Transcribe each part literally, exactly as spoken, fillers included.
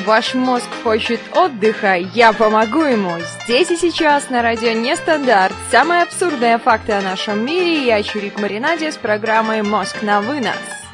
Ваш мозг хочет отдыха, я помогу ему. Здесь и сейчас на радио Нестандарт. Самые абсурдные факты о нашем мире. Я Чирик Маринаде с программой «Мозг на вынос».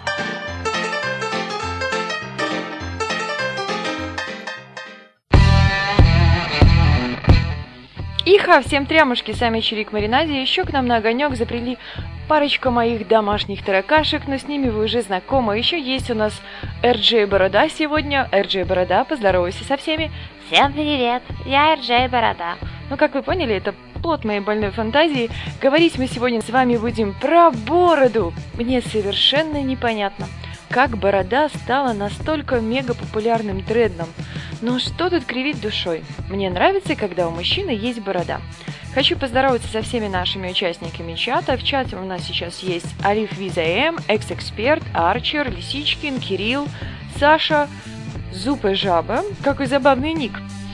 Иха, всем трямушки, сами Чирик Маринаде. Еще к нам на огонек запрели парочка моих домашних таракашек, но с ними вы уже знакомы. Еще есть у нас эр джей Борода сегодня. эр джей Борода, поздоровайся со всеми. Всем привет, я эр джей Борода. Ну, как вы поняли, это плод моей больной фантазии. Говорить мы сегодня с вами будем про бороду. Мне совершенно непонятно, как борода стала настолько мегапопулярным трендом. Но что тут кривить душой? Мне нравится, когда у мужчины есть борода. Хочу поздороваться со всеми нашими участниками чата. В чате у нас сейчас есть Алиф Визаэм, Экс-Эксперт, Арчер, Лисичкин, Кирилл, Саша, Зуб и Жаба. Какой забавный ник.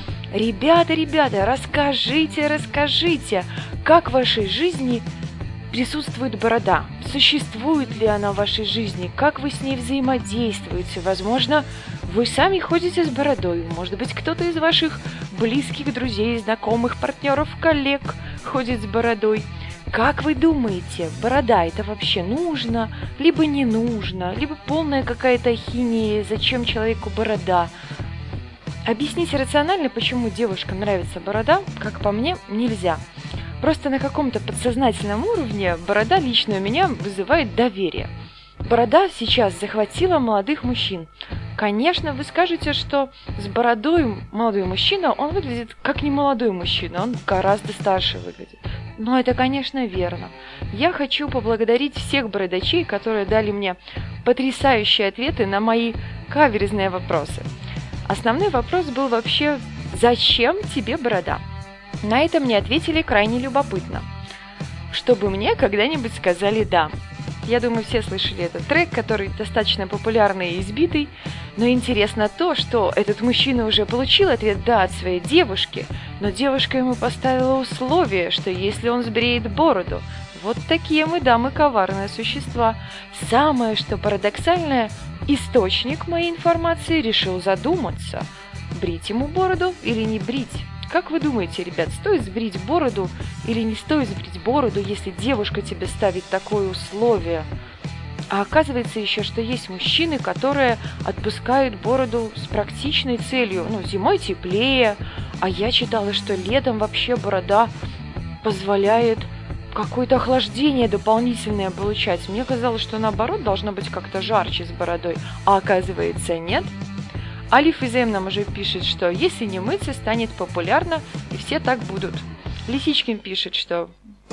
Ребята, ребята, расскажите, расскажите, как в вашей жизни присутствует борода? Существует ли она в вашей жизни? Как вы с ней взаимодействуете? Возможно, вы сами ходите с бородой. Может быть, кто-то из ваших близких друзей, знакомых, партнеров, коллег ходит с бородой. Как вы думаете, борода это вообще нужно, либо не нужно, либо полная какая-то ахинея, зачем человеку борода? Объяснить рационально, почему девушкам нравится борода, как по мне, нельзя. Просто на каком-то подсознательном уровне борода лично у меня вызывает доверие. Борода сейчас захватила молодых мужчин. Конечно, вы скажете, что с бородой молодой мужчина, он выглядит как не молодой мужчина, он гораздо старше выглядит. Но это, конечно, верно. Я хочу поблагодарить всех бородачей, которые дали мне потрясающие ответы на мои каверзные вопросы. Основной вопрос был вообще: зачем тебе борода? На это мне ответили крайне любопытно. Чтобы мне когда-нибудь сказали «да». Я думаю, все слышали этот трек, который достаточно популярный и избитый. Но интересно то, что этот мужчина уже получил ответ «да» от своей девушки, но девушка ему поставила условие, что если он сбреет бороду. Вот такие мы, дамы, коварные существа. Самое, что парадоксальное, источник моей информации решил задуматься, брить ему бороду или не брить. Как вы думаете, ребят, стоит сбрить бороду или не стоит сбрить бороду, если девушка тебе ставит такое условие? А оказывается еще, что есть мужчины, которые отпускают бороду с практичной целью. Ну, зимой теплее, а я читала, что летом вообще борода позволяет какое-то охлаждение дополнительное получать. Мне казалось, что наоборот должно быть как-то жарче с бородой, а оказывается нет. Алиф Изем нам уже пишет, что если не мыться, станет популярно, и все так будут. Лисичкин пишет, что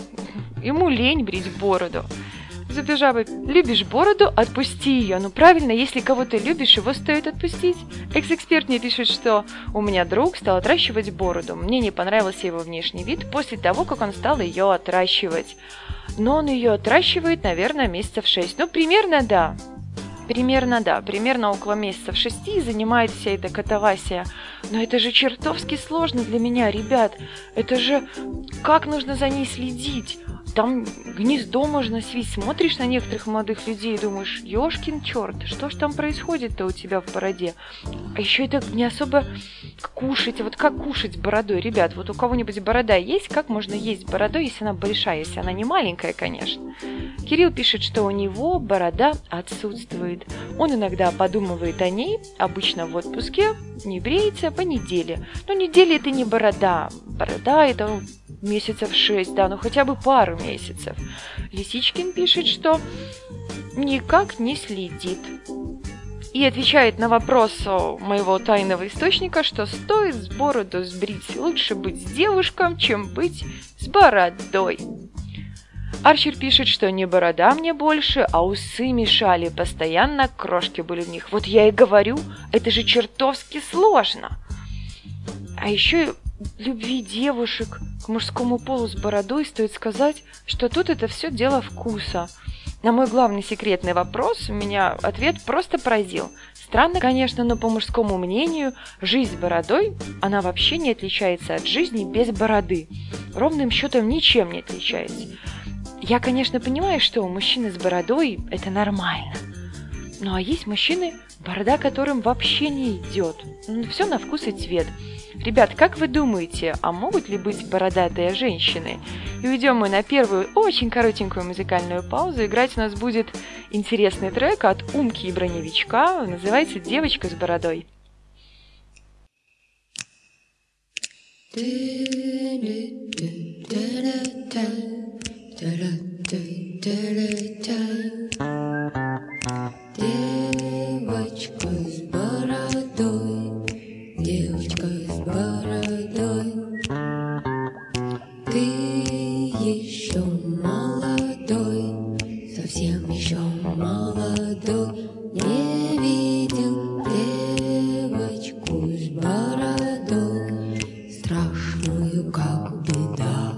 ему лень брить бороду. Зубежаба, любишь бороду, отпусти ее. Ну правильно, если кого-то любишь, его стоит отпустить. Экс-эксперт мне пишет, что у меня друг стал отращивать бороду. Мне не понравился его внешний вид после того, как он стал ее отращивать. Но он ее отращивает, наверное, месяцев шесть. Ну, примерно да. Примерно, да, примерно около месяцев шести занимает вся эта катавасия. Но это же чертовски сложно для меня, ребят. Это же как нужно за ней следить? Там гнездо можно свить. Смотришь на некоторых молодых людей и думаешь: ёшкин черт, что ж там происходит-то у тебя в бороде? А еще это не особо кушать. Вот как кушать с бородой, ребят? Вот у кого-нибудь борода есть? Как можно есть бородой, если она большая, если она не маленькая, конечно? Кирилл пишет, что у него борода отсутствует. Он иногда подумывает о ней, обычно в отпуске, не бреется по неделе. Но неделя это не борода. Борода это месяцев шесть, да, ну хотя бы пару месяцев. Лисичкин пишет, что никак не следит. И отвечает на вопрос моего тайного источника, что стоит с бороду сбрить. Лучше быть с девушкой, чем быть с бородой. Арчер пишет, что не борода мне больше, а усы мешали. Постоянно крошки были в них. Вот я и говорю, это же чертовски сложно. А еще любви девушек к мужскому полу с бородой стоит сказать, что тут это все дело вкуса. На мой главный секретный вопрос меня ответ просто поразил. Странно, конечно, но по мужскому мнению, жизнь с бородой, она вообще не отличается от жизни без бороды. Ровным счетом ничем не отличается. Я, конечно, понимаю, что у мужчины с бородой это нормально. Ну а есть мужчины, борода которым вообще не идет. Все на вкус и цвет. Ребят, как вы думаете, а могут ли быть бородатые женщины? И уйдем мы на первую очень коротенькую музыкальную паузу. Играть у нас будет интересный трек от Умки и Броневичка. Называется «Девочка с бородой». Девочка с бородой, девочка с бородой, ты еще молодой, совсем еще молодой, не видел девочку с бородой, страшную как беда.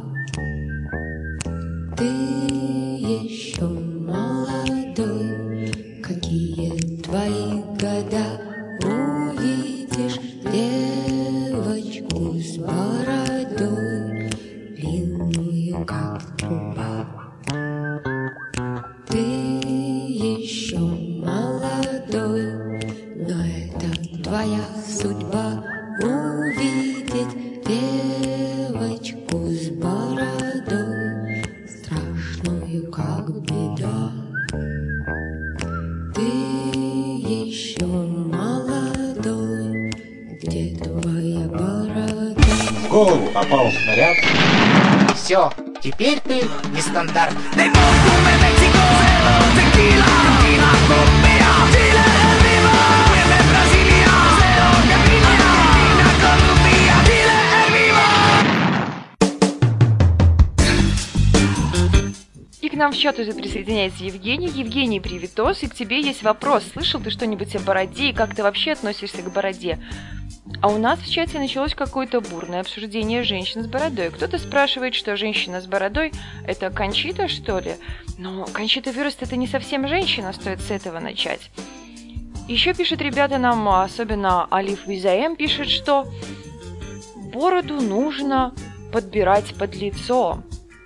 Ты еще молодой, какие твои года, увидишь девочку с бородой, длинную как труба. Ты еще молодой, но это твоя судьба, увидеть девочку с бородой, страшную как беда. Ты еще молодой, где твоя борода? В голову попал снаряд. Все, теперь ты нестандарт. И к нам в чат уже присоединяется Евгений. Евгений, привитос, и к тебе есть вопрос. Слышал ты что-нибудь о бороде и как ты вообще относишься к бороде? А у нас в чате началось какое-то бурное обсуждение женщин с бородой. Кто-то спрашивает, что женщина с бородой – это Кончита, что ли? Но Кончита Вюрст – это не совсем женщина, стоит с этого начать. Еще пишут ребята нам, особенно Алиф Визаем пишет, что бороду нужно подбирать под лицо.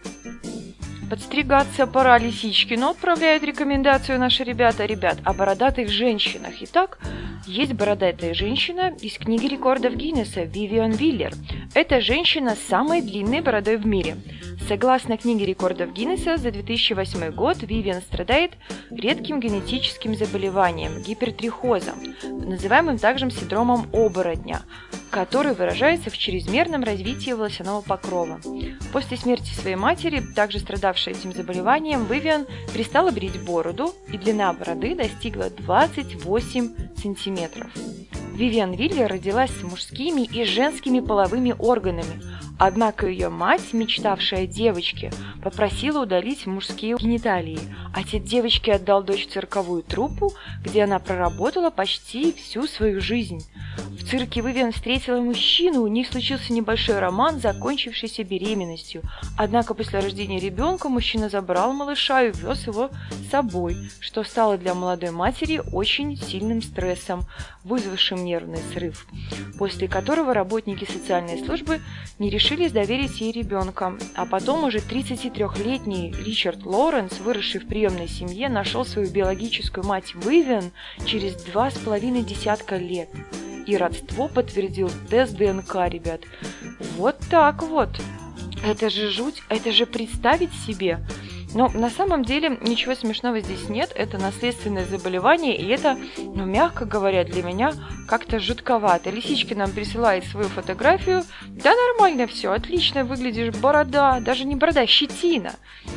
Подстригаться пора, лисички, но отправляют рекомендацию наши ребята. Ребят, о бородатых женщинах. Итак, есть бородатая женщина из книги рекордов Гиннесса Вивиан Виллер. Это женщина с самой длинной бородой в мире. Согласно книге рекордов Гиннесса, за две тысячи восьмой год Вивиан страдает редким генетическим заболеванием – гипертрихозом, называемым также синдромом оборотня, который выражается в чрезмерном развитии волосяного покрова. После смерти своей матери, также страдавшей этим заболеванием, Вивиан перестала брить бороду, и длина бороды достигла двадцать восемь сантиметров. Вивиан Виллер родилась с мужскими и женскими половыми органами, однако ее мать, мечтавшая о девочке, попросила удалить мужские гениталии. Отец девочки отдал дочь в цирковую труппу, где она проработала почти всю свою жизнь. В цирке Вивиан встретила мужчину, у них случился небольшой роман, закончившийся беременностью. Однако после рождения ребенка мужчина забрал малыша и увез его с собой, что стало для молодой матери очень сильным стрессом, вызвавшим нервный срыв, после которого работники социальной службы не решились доверить ей ребенка. А потом уже тридцатитрёхлетний Ричард Лоуренс, выросший в приемной семье, нашел свою биологическую мать Вивиан через два с половиной десятка лет. И родство подтвердил тест ДНК, ребят. Вот так вот. Это же жуть, это же представить себе. Но на самом деле ничего смешного здесь нет, это наследственное заболевание, и это, ну, мягко говоря, для меня как-то жутковато. Лисички нам присылает свою фотографию. Да нормально все, отлично выглядишь, борода, даже не борода, щетина.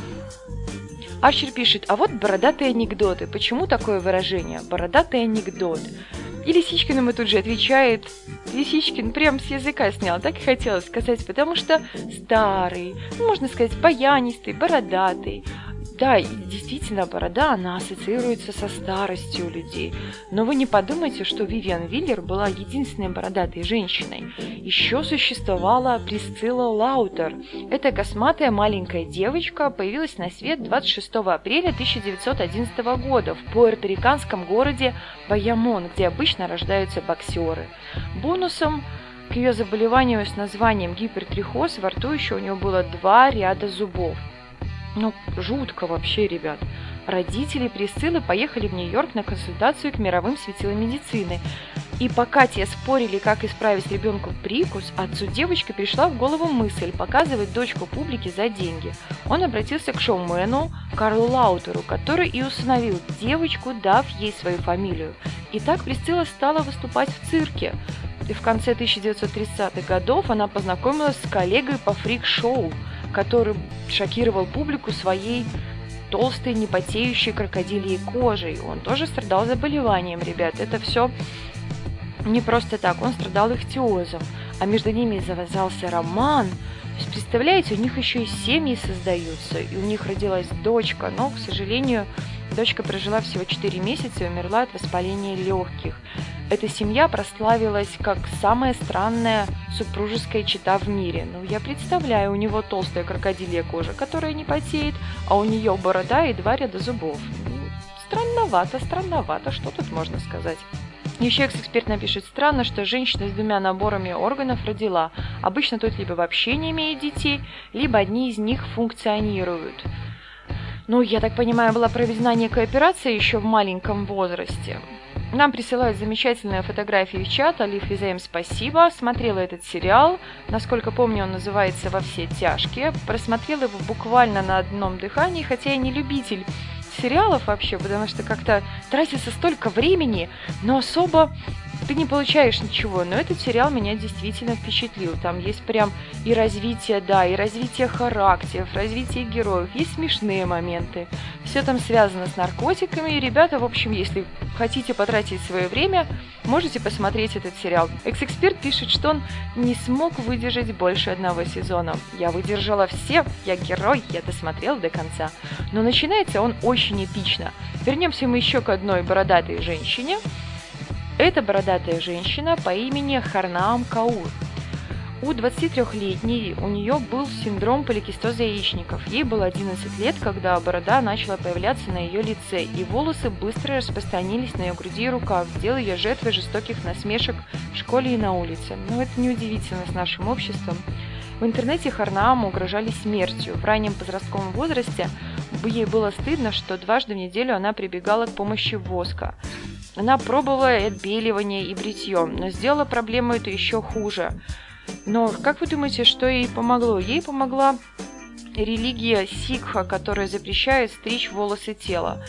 Арчер пишет, а вот бородатые анекдоты. Почему такое выражение? Бородатый анекдот. И Лисичкин ему тут же отвечает, Лисичкин прям с языка снял, так и хотелось сказать, потому что старый, ну, можно сказать, баянистый, бородатый. Да, и действительно, борода, она ассоциируется со старостью у людей. Но вы не подумайте, что Вивиан Виллер была единственной бородатой женщиной. Еще существовала Присцилла Лаутер. Эта косматая маленькая девочка появилась на свет двадцать шестого апреля тысяча девятьсот одиннадцатого года в пуэрториканском городе Байамон, где обычно рождаются боксеры. Бонусом к ее заболеванию с названием гипертрихоз во рту еще у нее было два ряда зубов. Ну, жутко вообще, ребят. Родители Присциллы поехали в Нью-Йорк на консультацию к мировым светилам медицины. И пока те спорили, как исправить ребенку прикус, отцу девочки пришла в голову мысль показывать дочку публике за деньги. Он обратился к шоумену Карлу Лаутеру, который и усыновил девочку, дав ей свою фамилию. И так Присцилла стала выступать в цирке. И в конце тысяча девятьсот тридцатых годов она познакомилась с коллегой по фрик-шоу, который шокировал публику своей толстой, непотеющей крокодильей кожей. Он тоже страдал заболеванием, ребят. Это все не просто так. Он страдал ихтиозом. А между ними завязался роман. То есть, представляете, у них еще и семьи создаются. И у них родилась дочка. Но, к сожалению, дочка прожила всего четыре месяца и умерла от воспаления легких. Эта семья прославилась как самая странная супружеская чета в мире. Ну, я представляю, у него толстая крокодилья кожа, которая не потеет, а у нее борода и два ряда зубов. Странновато, странновато, что тут можно сказать? Еще экс-эксперт напишет: странно, что женщина с двумя наборами органов родила. Обычно тут либо вообще не имеет детей, либо одни из них функционируют. Ну, я так понимаю, была проведена некая операция еще в маленьком возрасте. Нам присылают замечательные фотографии в чат. Алиф, Лизаем, спасибо. Смотрела этот сериал. Насколько помню, он называется «Во все тяжкие». Просмотрела его буквально на одном дыхании, хотя я не любитель сериалов вообще, потому что как-то тратится столько времени, но особо ты не получаешь ничего. Но этот сериал меня действительно впечатлил. Там есть прям и развитие, да, и развитие характеров, развитие героев, есть смешные моменты. Все там связано с наркотиками. И, ребята, в общем, если хотите потратить свое время, можете посмотреть этот сериал. Экс-эксперт пишет, что он не смог выдержать больше одного сезона. Я выдержала все, я герой, я досмотрел до конца. Но начинается он очень эпично. Вернемся мы еще к одной бородатой женщине. Это бородатая женщина по имени Харнаам Каур. У двадцатитрёхлетней у нее был синдром поликистоза яичников. Ей было одиннадцать лет, когда борода начала появляться на ее лице, и волосы быстро распространились на ее груди и руках, делая ее жертвой жестоких насмешек в школе и на улице. Но это неудивительно с нашим обществом. В интернете Харнааму угрожали смертью. В раннем подростковом возрасте ей было стыдно, что дважды в неделю она прибегала к помощи воска. Она пробовала и отбеливание, и бритье, но сделала проблему это еще хуже. Но как вы думаете, что ей помогло? Ей помогла религия сикха, которая запрещает стричь волосы тела.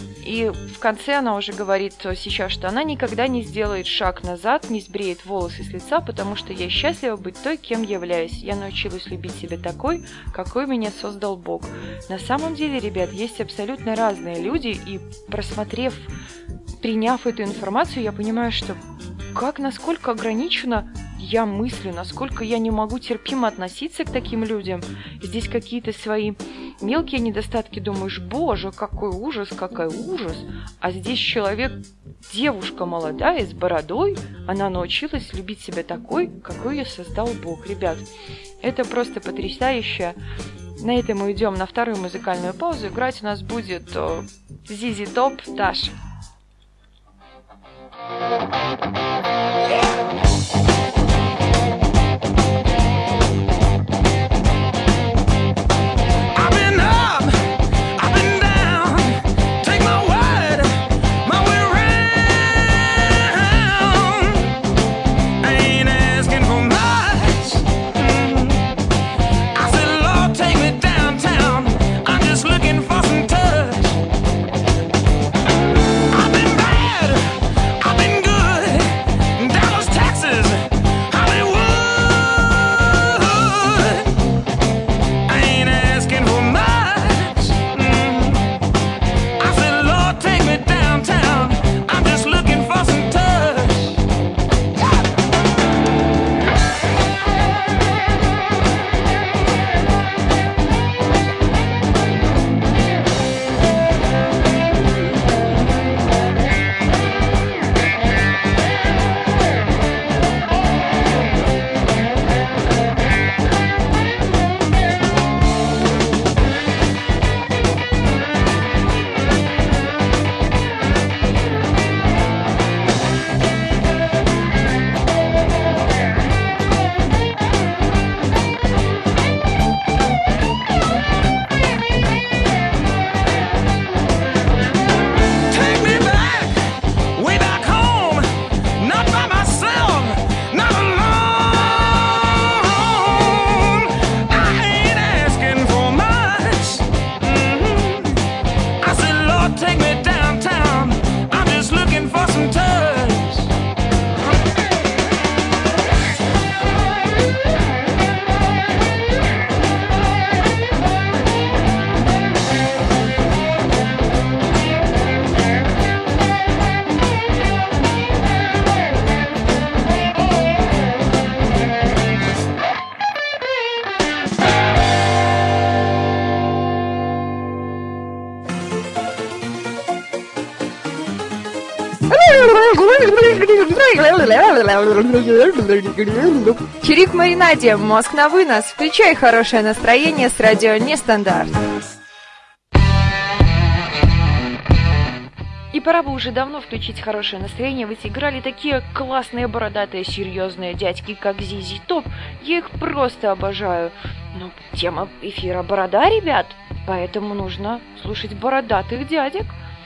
И в конце она уже говорит сейчас, что она никогда не сделает шаг назад, не сбреет волосы с лица, потому что я счастлива быть той, кем являюсь. Я научилась любить себя такой, какой меня создал Бог. На самом деле, ребят, есть абсолютно разные люди, и просмотрев, приняв эту информацию, я понимаю, что как, насколько ограничено я мыслю, насколько я не могу терпимо относиться к таким людям. Здесь какие-то свои мелкие недостатки, думаешь, боже, какой ужас, какой ужас. А здесь человек, девушка молодая, с бородой, она научилась любить себя такой, какой ее создал Бог. Ребят, это просто потрясающе. На этом мы идем на вторую музыкальную паузу. Играть у нас будет Зизи Топ, Даш. Downtown, I'm just looking for some touch. Чирик Маринаде, мозг на вынос. Включай хорошее настроение с радио Нестандарт. И пора бы уже давно включить хорошее настроение, ведь играли такие классные, бородатые, серьезные дядьки, как Зизи Топ. Я их просто обожаю. Но тема эфира борода, ребят, поэтому нужно слушать бородатых дядек.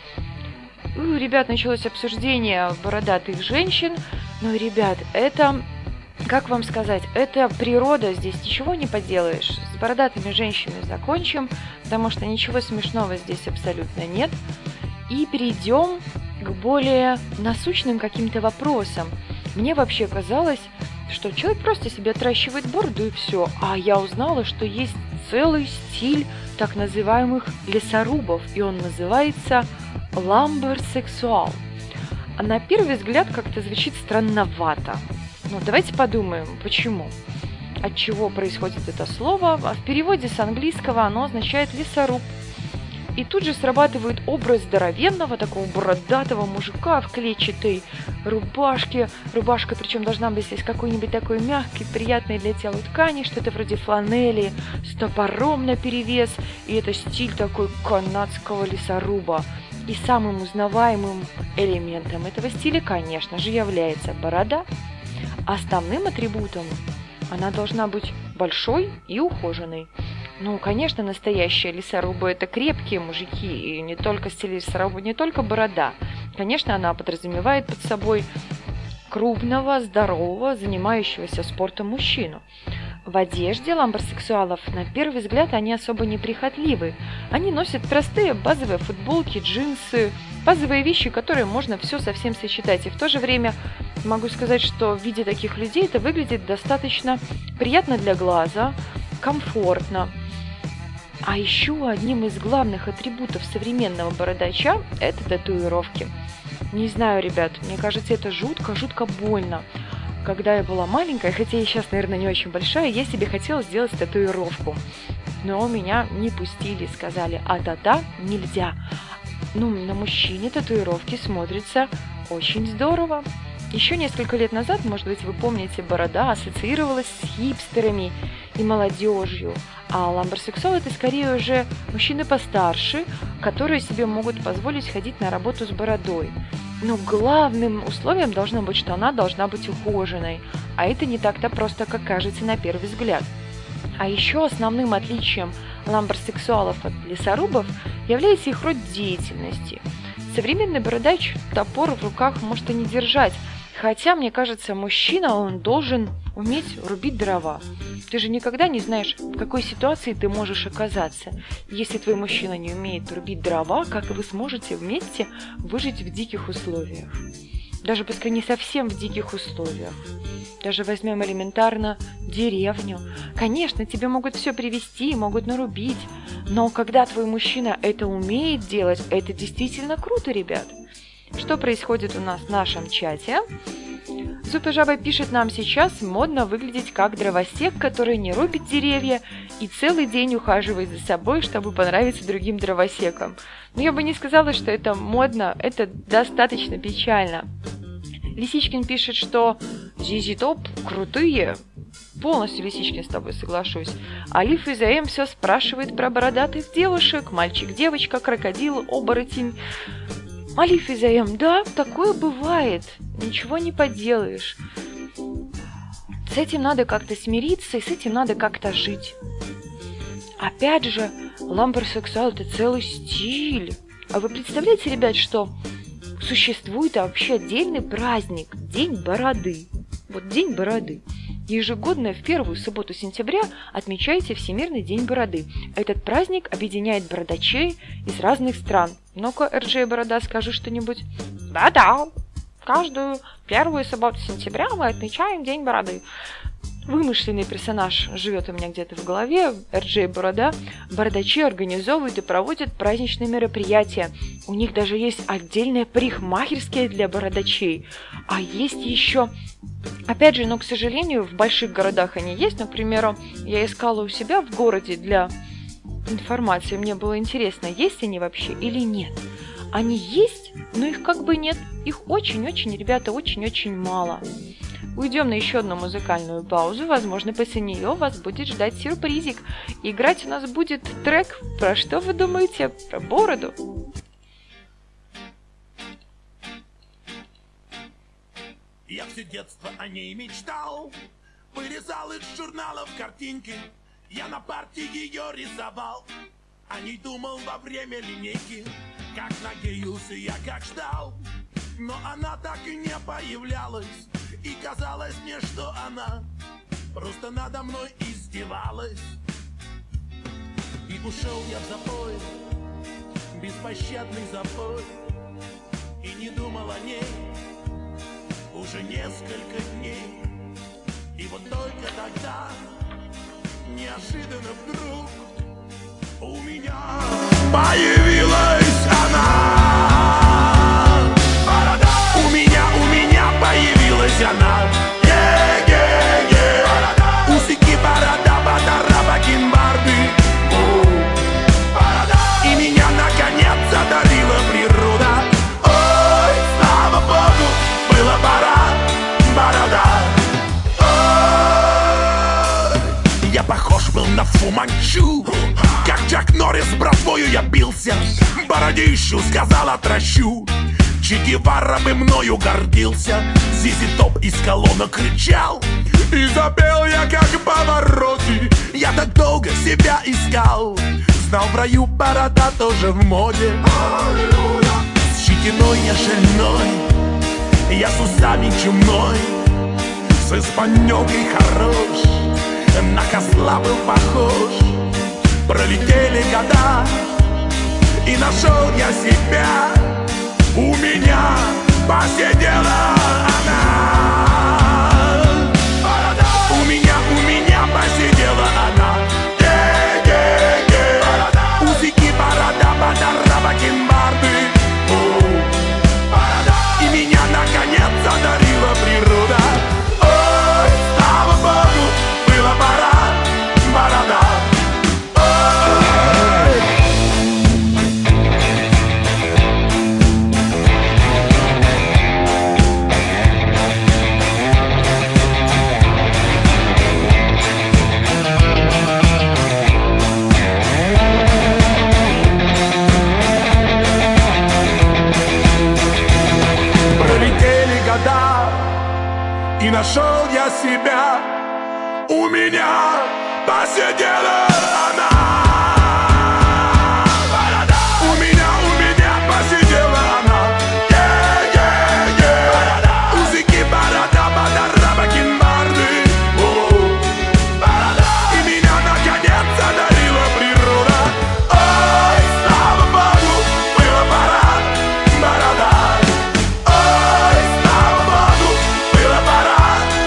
У ребят началось обсуждение бородатых женщин. Ну, ребят, это, как вам сказать, это природа, здесь ничего не поделаешь. С бородатыми женщинами закончим, потому что ничего смешного здесь абсолютно нет. И перейдем к более насущным каким-то вопросам. Мне вообще казалось, что человек просто себе отращивает бороду и все. А я узнала, что есть целый стиль так называемых лесорубов, и он называется ламберсексуал. А на первый взгляд как-то звучит странновато. Ну, давайте подумаем, почему. От чего происходит это слово. А в переводе с английского оно означает лесоруб. И тут же срабатывает образ здоровенного, такого бородатого мужика в клетчатой рубашке. Рубашка, причем, должна быть из какой-нибудь такой мягкой, приятной для тела ткани, что-то вроде фланели, с топором наперевес. И это стиль такой канадского лесоруба. И самым узнаваемым элементом этого стиля, конечно же, является борода. Основным атрибутом она должна быть большой и ухоженной. Ну, конечно, настоящие лесорубы – это крепкие мужики, и не только стиль лесоруба, не только борода. Конечно, она подразумевает под собой крупного, здорового, занимающегося спортом мужчину. В одежде ламберсексуалов, на первый взгляд, они особо неприхотливы. Они носят простые базовые футболки, джинсы, базовые вещи, которые можно все совсем сочетать. И в то же время могу сказать, что в виде таких людей это выглядит достаточно приятно для глаза, комфортно. А еще одним из главных атрибутов современного бородача – это татуировки. Не знаю, ребят, мне кажется, это жутко-жутко больно. Когда я была маленькая, хотя я сейчас, наверное, не очень большая, я себе хотела сделать татуировку. Но меня не пустили, сказали, а-та-та, нельзя. Ну, на мужчине татуировки смотрятся очень здорово. Еще несколько лет назад, может быть, вы помните, борода ассоциировалась с хипстерами и молодежью. А ламберсексуал – это скорее уже мужчины постарше, которые себе могут позволить ходить на работу с бородой. Но главным условием должно быть, что она должна быть ухоженной. А это не так-то просто, как кажется на первый взгляд. А еще основным отличием ламберсексуалов от лесорубов является их род деятельности. Современный бородач топор в руках может и не держать, хотя, мне кажется, мужчина, он должен уметь рубить дрова. Ты же никогда не знаешь, в какой ситуации ты можешь оказаться. Если твой мужчина не умеет рубить дрова, как вы сможете вместе выжить в диких условиях? Даже пускай не совсем в диких условиях. Даже возьмем элементарно деревню. Конечно, тебе могут все привезти, могут нарубить. Но когда твой мужчина это умеет делать, это действительно круто, ребят. Что происходит у нас в нашем чате? Супер-жаба пишет нам: сейчас модно выглядеть как дровосек, который не рубит деревья и целый день ухаживает за собой, чтобы понравиться другим дровосекам. Но я бы не сказала, что это модно, это достаточно печально. Лисичкин пишет, что Зизи Топ крутые. Полностью, Лисичкин, с тобой соглашусь. Алиф из АМ все спрашивает про бородатых девушек. Мальчик, девочка, крокодил, оборотень. Алиф из АМ, да, такое бывает. Ничего не поделаешь. С этим надо как-то смириться, и с этим надо как-то жить. Опять же, ламберсексуал – это целый стиль. А вы представляете, ребят, что существует вообще отдельный праздник – День бороды. Вот День бороды. Ежегодно в первую субботу сентября отмечается Всемирный день бороды. Этот праздник объединяет бородачей из разных стран. Ну-ка, эр джей Борода, скажи что-нибудь. Да-да, каждую первую субботу сентября мы отмечаем День бороды. Вымышленный персонаж живет у меня где-то в голове, эр джей Борода. Бородачи организовывают и проводят праздничные мероприятия. У них даже есть отдельные парикмахерские для бородачей. А есть еще... Опять же, но, к сожалению, в больших городах они есть. Например, я искала у себя в городе для информации. Мне было интересно, есть они вообще или нет. Они есть, но их как бы нет. Их очень-очень, ребята, очень-очень мало. Уйдем на еще одну музыкальную паузу. Возможно, после нее вас будет ждать сюрпризик. Играть у нас будет трек. Про что вы думаете? Про бороду. Я все детство о ней мечтал, вырезал из журналов картинки, я на парте ее рисовал, о ней думал во время линейки, как надеялся я, как ждал, но она так и не появлялась, и казалось мне, что она просто надо мной издевалась. И ушел я в запой, беспощадный запой, и не думал о ней уже несколько дней. И вот только тогда неожиданно вдруг у меня появилась она. У меня, у меня появилась она. Е-е-е. Усики, борода, бадара, бакенбарды. И меня наконец одарила природа. Ой, слава Богу, было пора, борода. Ой, я похож был на Фу Манчу, как Чак Норрис с братвою я бился, бородищу сказал отращу. Че Гевара бы мною гордился, Зизи Топ из колонок кричал, и запел я как Паваротти. Я так долго себя искал, знал, в раю борода тоже в моде. С щетиной я шальной, я с усами чумной, с испанёкой хорош, на козла был похож. Пролетели года, и нашел я себя. У меня посидела она. У меня, у меня посидела она. Е-е-е. Усики, борода, бадара, бакенбарды. И меня наконец одарила природа. Ой, слава Богу, было пора, борода. И нашел я себя, у меня посидела она. У меня, у меня посидела она. Е-е-е. Усики, борода, бадара, бакенбарды. И меня наконец одарила природа. Ой, слава Богу, было пора, борода. Ой, слава Богу, было пора.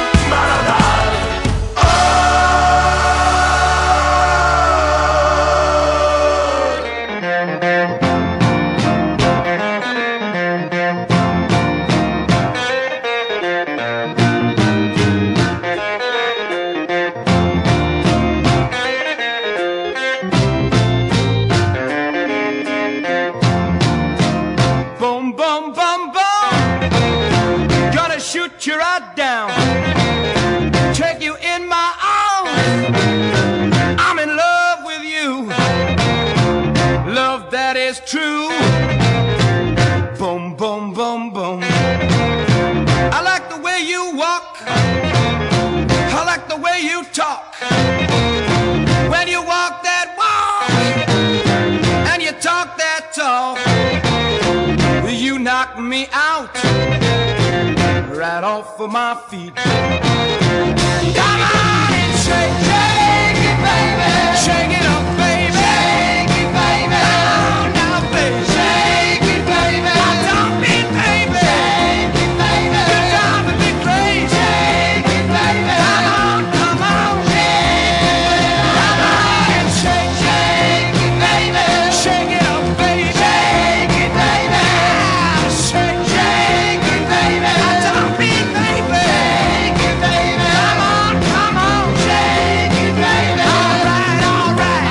Boom, boom, boom, boom. Gonna shoot you right down. Take you in my arms. I'm in love with you. Love that is true. Boom, boom, boom, boom. I like the way you walk. I like the way you talk. When you walk that walk and you talk that talk, you knock me out right off of my feet. Come on and shake, shake it, baby. Shake it up, baby. Shake it, baby. Now, now, baby. Shake it, baby. Now, don't be, baby. Shake it, baby. You're driving me crazy. Shake it, baby. Come on, come on. Come on and shake, shake it, baby. Shake it up, baby. Shake it, baby. Shake, shake it, baby. Now, don't be, baby. Shake it, baby. Come on, come on. Shake it, baby. All right, all right.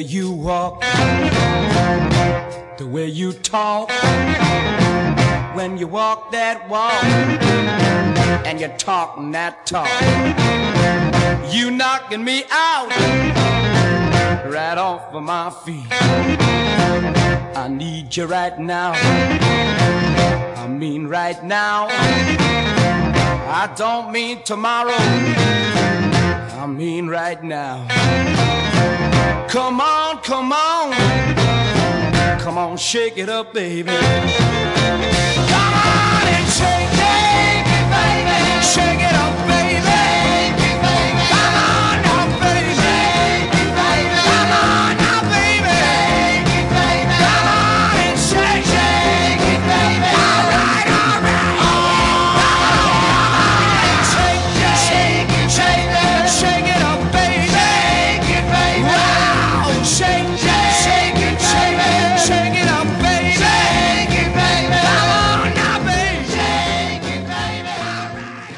way you walk, the way you talk, when you walk that walk, and you're talking that talk, you knocking me out, right off of my feet. I need you right now, I mean right now. I don't mean tomorrow, I mean right now. Come on, come on, come on, shake it up, baby. Come on and shake it, baby. Shake it up, baby. Come on now, baby. Come on now, baby. Come on and shake it, baby. All right, all right. Shake it, shake it, shake it, shake it up, baby. Shake it, baby. Wow, shake it, shake it, shake it, shake it up, baby. Shake it, baby. Come on now, baby. Shake it, baby. All right,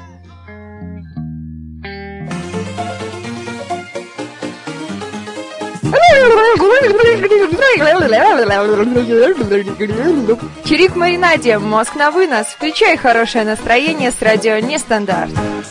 Чирик в маринаде, мозг на вынос. Включай хорошее настроение с радио Нестандарт.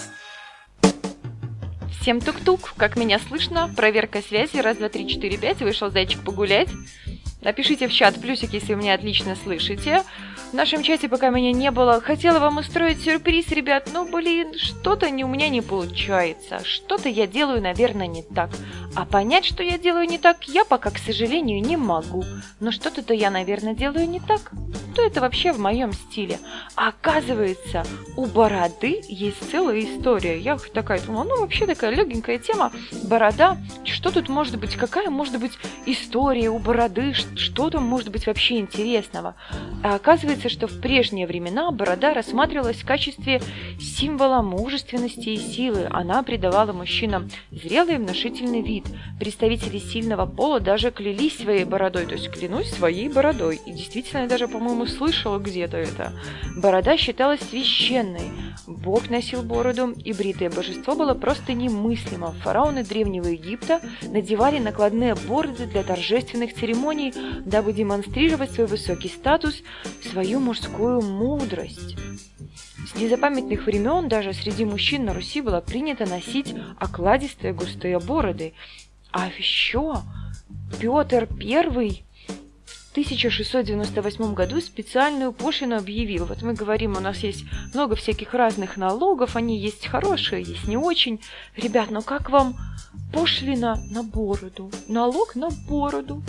Всем тук-тук, как меня слышно? Проверка связи, раз, два, три, четыре, пять, вышел зайчик погулять. Напишите в чат плюсик, если вы меня отлично слышите. В нашем чате пока меня не было. Хотела вам устроить сюрприз, ребят, но, блин, что-то не, у меня не получается. Что-то я делаю, наверное, не так. А понять, что я делаю не так, я пока, к сожалению, не могу. Но что-то-то я, наверное, делаю не так. То это вообще в моем стиле. А оказывается, у бороды есть целая история. Я такая думала, ну, вообще такая легенькая тема. Борода, что тут может быть, какая может быть история у бороды, что там может быть вообще интересного. А оказывается, что в прежние времена борода рассматривалась в качестве символа мужественности и силы. Она придавала мужчинам зрелый и внушительный вид. Представители сильного пола даже клялись своей бородой, то есть клянусь своей бородой. И действительно, я даже, по-моему, слышала где-то это. Борода считалась священной. Бог носил бороду, и бритое божество было просто немыслимо. Фараоны Древнего Египта надевали накладные бороды для торжественных церемоний, дабы демонстрировать свой высокий статус, свою мужскую мудрость. С незапамятных времен даже среди мужчин на Руси было принято носить окладистые густые бороды. А еще Петр Первый в тысяча шестьсот девяносто восьмом году специальную пошлину объявил. Вот мы говорим, у нас есть много всяких разных налогов, они есть хорошие, есть не очень. Ребят, ну как вам пошлина на бороду? Налог на бороду.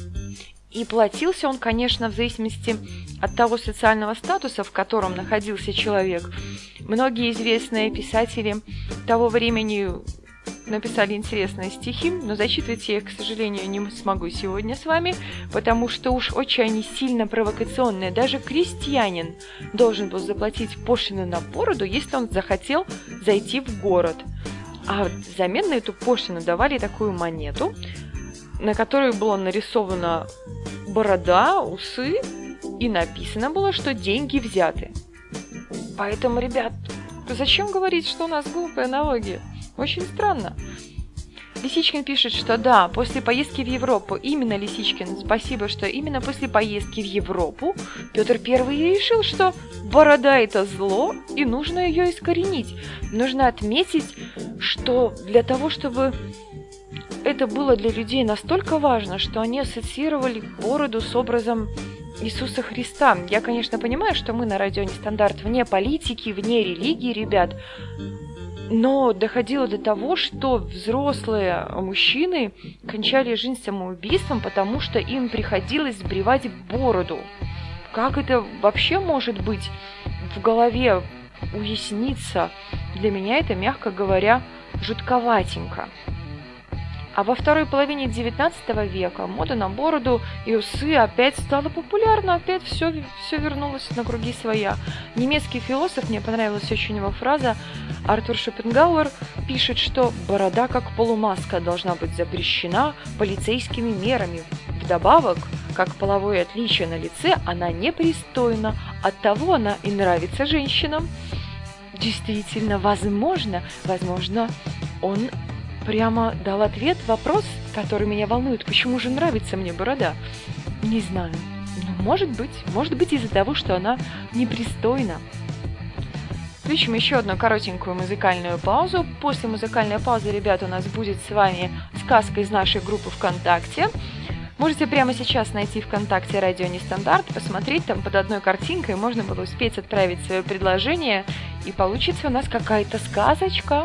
И платился он, конечно, в зависимости от того социального статуса, в котором находился человек. Многие известные писатели того времени написали интересные стихи, но зачитывать я их, к сожалению, не смогу сегодня с вами, потому что уж очень они сильно провокационные. Даже крестьянин должен был заплатить пошлину на бороду, если он захотел зайти в город. А взамен на эту пошлину давали такую монету, на которой была нарисована борода, усы, и написано было, что деньги взяты. Поэтому, ребят, зачем говорить, что у нас глупые налоги? Очень странно. Лисичкин пишет, что да, после поездки в Европу, именно Лисичкин, спасибо, что именно после поездки в Европу Петр Первый решил, что борода – это зло, и нужно ее искоренить. Нужно отметить, что для того, чтобы это было для людей настолько важно, что они ассоциировали бороду с образом Иисуса Христа. Я, конечно, понимаю, что мы на радио Нестандарт вне политики, вне религии, ребят, но доходило до того, что взрослые мужчины кончали жизнь самоубийством, потому что им приходилось сбривать бороду. Как это вообще может быть в голове уясниться? Для меня это, мягко говоря, жутковатенько. А во второй половине девятнадцатого века мода на бороду и усы опять стала популярна, опять все, все вернулось на круги своя. Немецкий философ, мне понравилась очень его фраза, Артур Шопенгауэр пишет, что борода как полумаска должна быть запрещена полицейскими мерами. Вдобавок, как половое отличие на лице, она непристойна, оттого она и нравится женщинам. Действительно, возможно, возможно, он прямо дал ответ, вопрос который меня волнует. Почему же нравится мне борода? Не знаю. Но может быть, может быть из-за того, что она непристойна. Включим еще одну коротенькую музыкальную паузу. После музыкальной паузы, ребята, у нас будет с вами сказка из нашей группы ВКонтакте. Можете прямо сейчас найти ВКонтакте «Радио Нестандарт», посмотреть, там под одной картинкой можно было успеть отправить свое предложение, и получится у нас какая-то сказочка.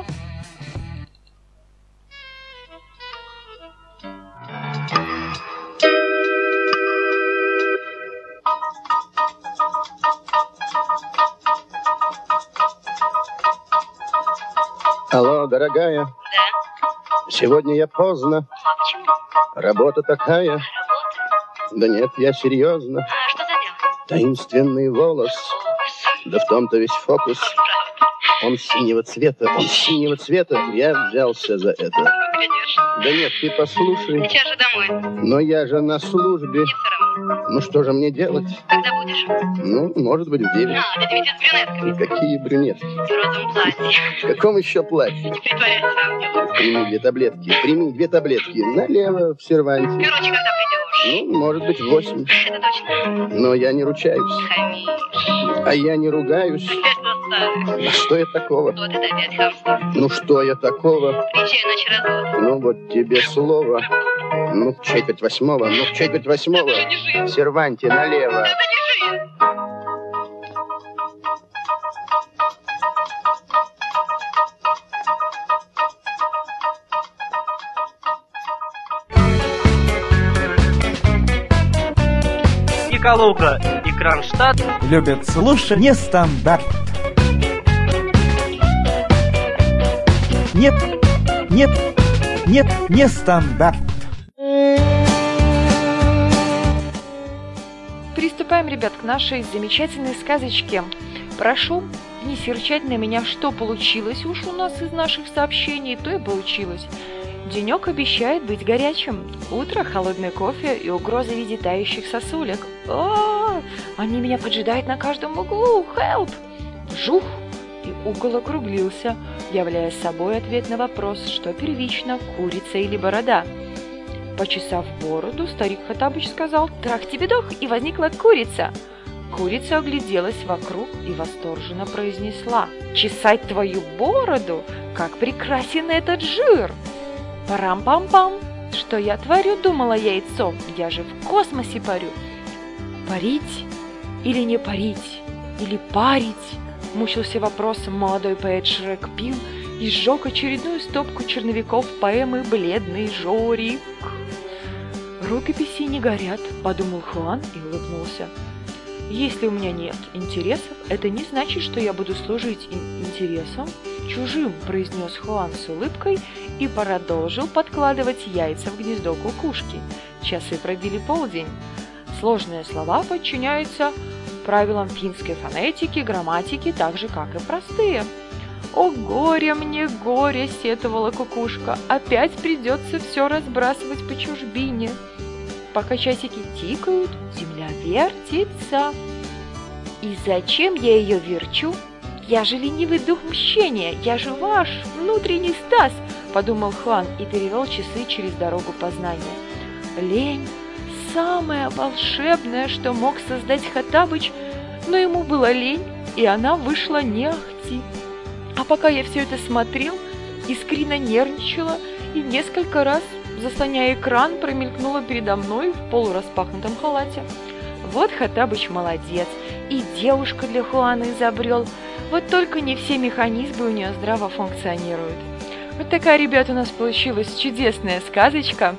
Алло, дорогая. Да. Сегодня я поздно. А почему? Работа такая. Работа? Да нет, я серьезно. А что за дело? Таинственный волос. Да в том-то весь фокус. Правда. Он синего цвета, он синего цвета. Я взялся за это. Конечно. Да нет, ты послушай. Сейчас же домой. Но я же на службе. Мне все равно. Ну что же мне делать? Когда будешь? Ну, может быть, в девять. А, ты ведь с брюнетками. Какие брюнетки? В розовом платье. В каком еще платье? Не притворяйся, сам делай. Прими две таблетки. Прими две таблетки. Налево, в серванте. Короче, когда придешь? Ну, может быть, в восемь. Это точно. Но я не ручаюсь. Хамишь. А я не ругаюсь. Опять заставишь. А что я такого? Вот это опять хамство. Ну что я такого? Приезжай, иначе развод. Ну вот тебе слово. Ну, в четверть восьмого. Ну, в четверть восьмого. Это же не жизнь. В серванте налево. Это не жизнь. И Калуга, и Кронштадт любят слушать нестандарт. Нет, нет, нет, нестандарт. Приступаем, ребят, к нашей замечательной сказочке. Прошу не серчать на меня, что получилось уж у нас из наших сообщений, то и получилось. Денек обещает быть горячим. Утро, холодный кофе и угроза в виде тающих сосулек. О, они меня поджидают на каждом углу. Help! Жух! И угол округлился, являя собой ответ на вопрос, что первично, курица или борода. Почесав бороду, старик Хоттабыч сказал «Трах-тебе-дох!» и возникла курица. Курица огляделась вокруг и восторженно произнесла «Чесать твою бороду? Как прекрасен этот жир!» Парам-пам-пам! Что я творю, думала яйцо, я же в космосе парю. Парить или не парить? Или парить? Мучился вопросом молодой поэт Шрек Пил и сжег очередную стопку черновиков поэмы «Бледный Жорик». «Рукописи не горят», — подумал Хуан и улыбнулся. «Если у меня нет интересов, это не значит, что я буду служить интересам чужим», — произнес Хуан с улыбкой и продолжил подкладывать яйца в гнездо кукушки. Часы пробили полдень. Сложные слова подчиняются правилам финской фонетики, грамматики, так же, как и простые. «О, горе мне, горе!» — сетовала кукушка. «Опять придется все разбрасывать по чужбине. Пока часики тикают, земля вертится. И зачем я ее верчу? Я же ленивый дух мщения, я же ваш внутренний Стас!» — подумал Хуан и перевел часы через дорогу познания. Лень — самое волшебное, что мог создать Хоттабыч, но ему было лень, и она вышла не ахти. А пока я все это смотрел, искренне нервничала и несколько раз, заслоняя экран, промелькнула передо мной в полураспахнутом халате. Вот Хоттабыч молодец, и девушка для Хуана изобрел. Вот только не все механизмы у нее здраво функционируют. Вот такая, ребята, у нас получилась чудесная сказочка.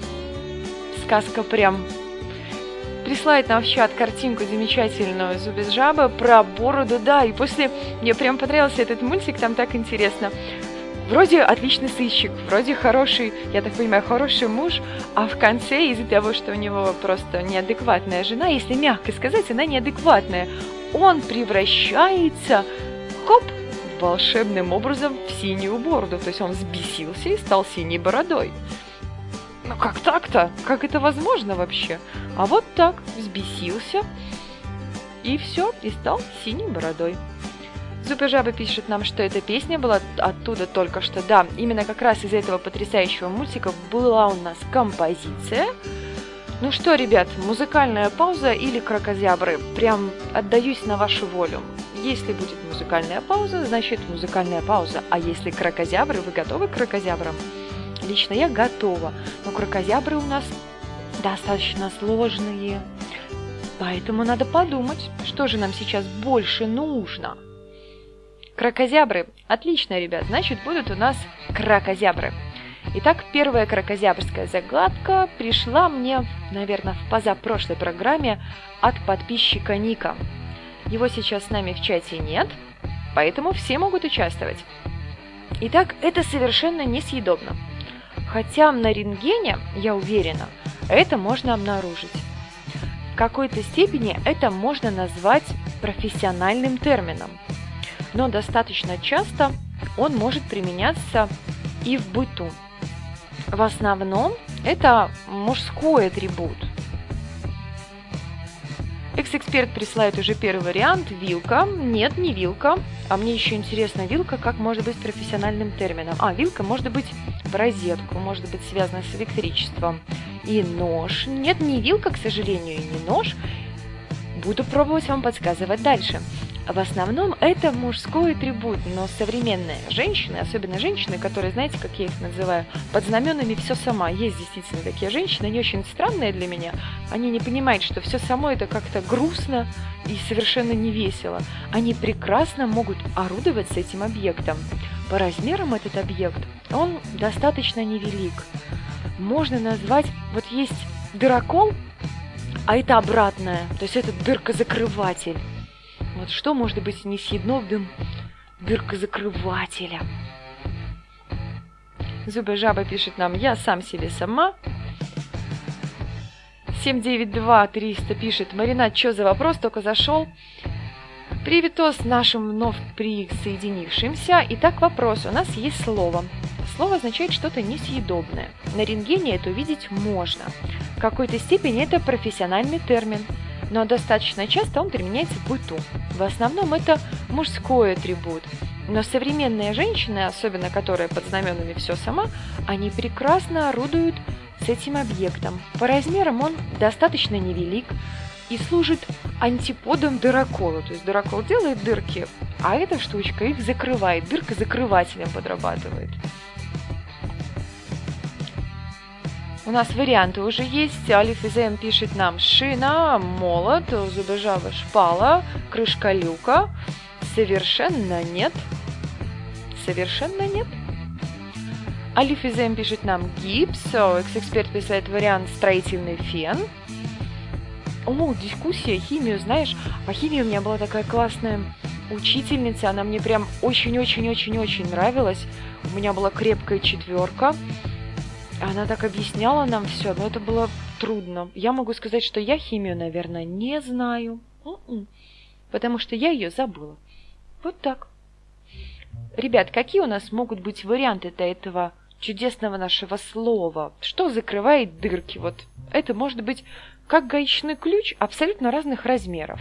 Сказка прям присылает нам в чат картинку замечательную Зубиджаба про бороду. Да, и после мне прям понравился этот мультик, там так интересно. Вроде отличный сыщик, вроде хороший, я так понимаю, хороший муж, а в конце из-за того, что у него просто неадекватная жена, если мягко сказать, она неадекватная, он превращается, хоп, волшебным образом в синюю бороду. То есть он взбесился и стал синей бородой. Ну как так-то? Как это возможно вообще? А вот так, взбесился, и все, и стал синей бородой. Зубы-жаба пишет нам, что эта песня была оттуда только что. Да, именно как раз из этого потрясающего мультика была у нас композиция. Ну что, ребят, музыкальная пауза или кракозябры? Прям отдаюсь на вашу волю. Если будет музыкальная пауза, значит музыкальная пауза. А если кракозябры, вы готовы к кракозябрам? Лично я готова. Но кракозябры у нас достаточно сложные. Поэтому надо подумать, что же нам сейчас больше нужно. Кракозябры. Отлично, ребят. Значит, будут у нас кракозябры. Итак, первая кракозябрская загадка пришла мне, наверное, в позапрошлой программе от подписчика Ника. Его сейчас с нами в чате нет, поэтому все могут участвовать. Итак, это совершенно несъедобно. Хотя на рентгене, я уверена, это можно обнаружить. В какой-то степени это можно назвать профессиональным термином. Но достаточно часто он может применяться и в быту. В основном это мужской атрибут. Экс-эксперт присылает уже первый вариант – вилка. Нет, не вилка. А мне еще интересно, вилка как может быть профессиональным термином. А, вилка может быть в розетку, может быть связана с электричеством. И нож. Нет, не вилка, к сожалению, и не нож. Буду пробовать вам подсказывать дальше. В основном это мужской атрибут, но современные женщины, особенно женщины, которые, знаете, как я их называю, под знаменами все сама. Есть действительно такие женщины, они очень странные для меня. Они не понимают, что все само это как-то грустно и совершенно не весело. Они прекрасно могут орудовать с этим объектом. По размерам этот объект, он достаточно невелик. Можно назвать, вот есть дырокол, а это обратное, то есть это дыркозакрыватель. Вот что может быть несъедобным дыркозакрывателем? Зубы-жаба пишет нам: я сам себе сама. семь девять два триста пишет: Марина, что за вопрос, только зашел. Приветос нашим вновь присоединившимся. Итак, вопрос. У нас есть слово. Слово означает что-то несъедобное. На рентгене это увидеть можно. В какой-то степени это профессиональный термин, но достаточно часто он применяется в быту. В основном это мужской атрибут. Но современные женщины, особенно которые под знаменами все сама, они прекрасно орудуют с этим объектом. По размерам он достаточно невелик и служит антиподом дырокола. То есть дырокол делает дырки, а эта штучка их закрывает, дыркозакрывателем подрабатывает. У нас варианты уже есть. Алиф из М пишет нам: шина, молот, зубы-жаба, шпала, крышка люка. Совершенно нет. Совершенно нет. Алиф из М пишет нам: гипс. Экс-эксперт писает вариант строительный фен. О, дискуссия, химию, знаешь, по химии у меня была такая классная учительница, она мне прям очень-очень-очень-очень нравилась. У меня была крепкая четверка. Она так объясняла нам все, но это было трудно. Я могу сказать, что я химию, наверное, не знаю. У-у. Потому что я ее забыла. Вот так. Ребят, какие у нас могут быть варианты до этого чудесного нашего слова? Что закрывает дырки? Вот это может быть как гаечный ключ абсолютно разных размеров.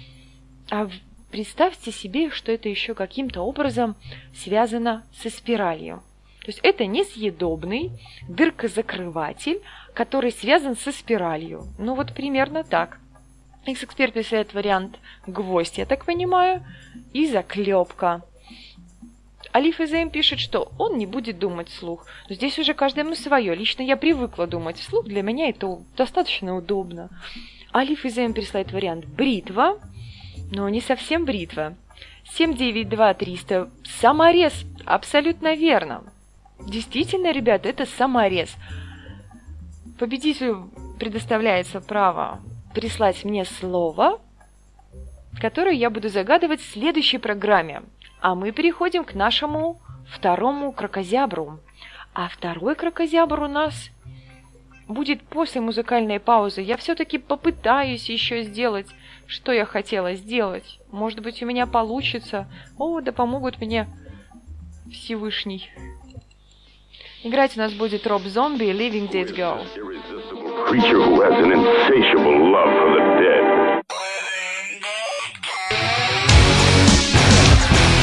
А представьте себе, что это еще каким-то образом связано со спиралью. То есть это несъедобный дыркозакрыватель, который связан со спиралью. Ну вот примерно так. Экс-эксперт писает вариант гвоздь, я так понимаю, и заклепка. Алиф из М пишет, что он не будет думать вслух. Но здесь уже каждому свое. Лично я привыкла думать вслух, для меня это достаточно удобно. Алиф из М присылает вариант бритва, но не совсем бритва. семь девять два триста саморез, абсолютно верно. Действительно, ребята, это саморез. Победителю предоставляется право прислать мне слово, которое я буду загадывать в следующей программе. А мы переходим к нашему второму кракозябру. А второй кракозябр у нас будет после музыкальной паузы. Я все-таки попытаюсь еще сделать, что я хотела сделать. Может быть, у меня получится. О, да помогут мне Всевышний. Играть у нас будет Роб Зомби и Living Dead Girl. Creature who has an insatiable love for the dead.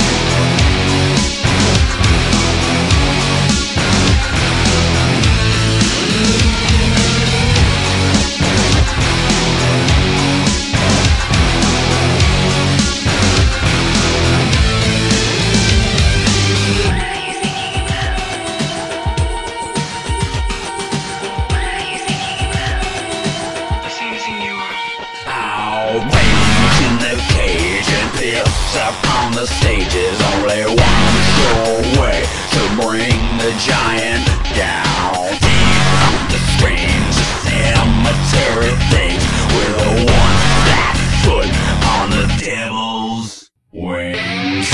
up on the stage is only one sure way to bring the giant down. Deep from the strings, cemetery things with a one flat foot on the devil's wings.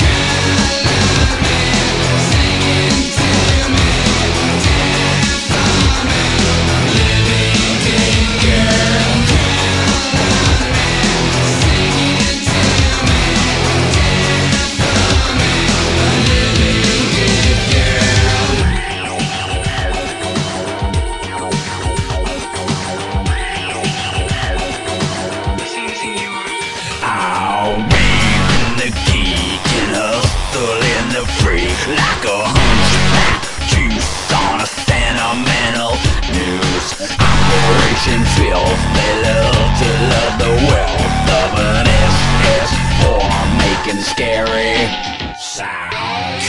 Like a hunchback juice on a sentimental news. Operation Filth, they love to love the wealth of an S S four making scary sounds.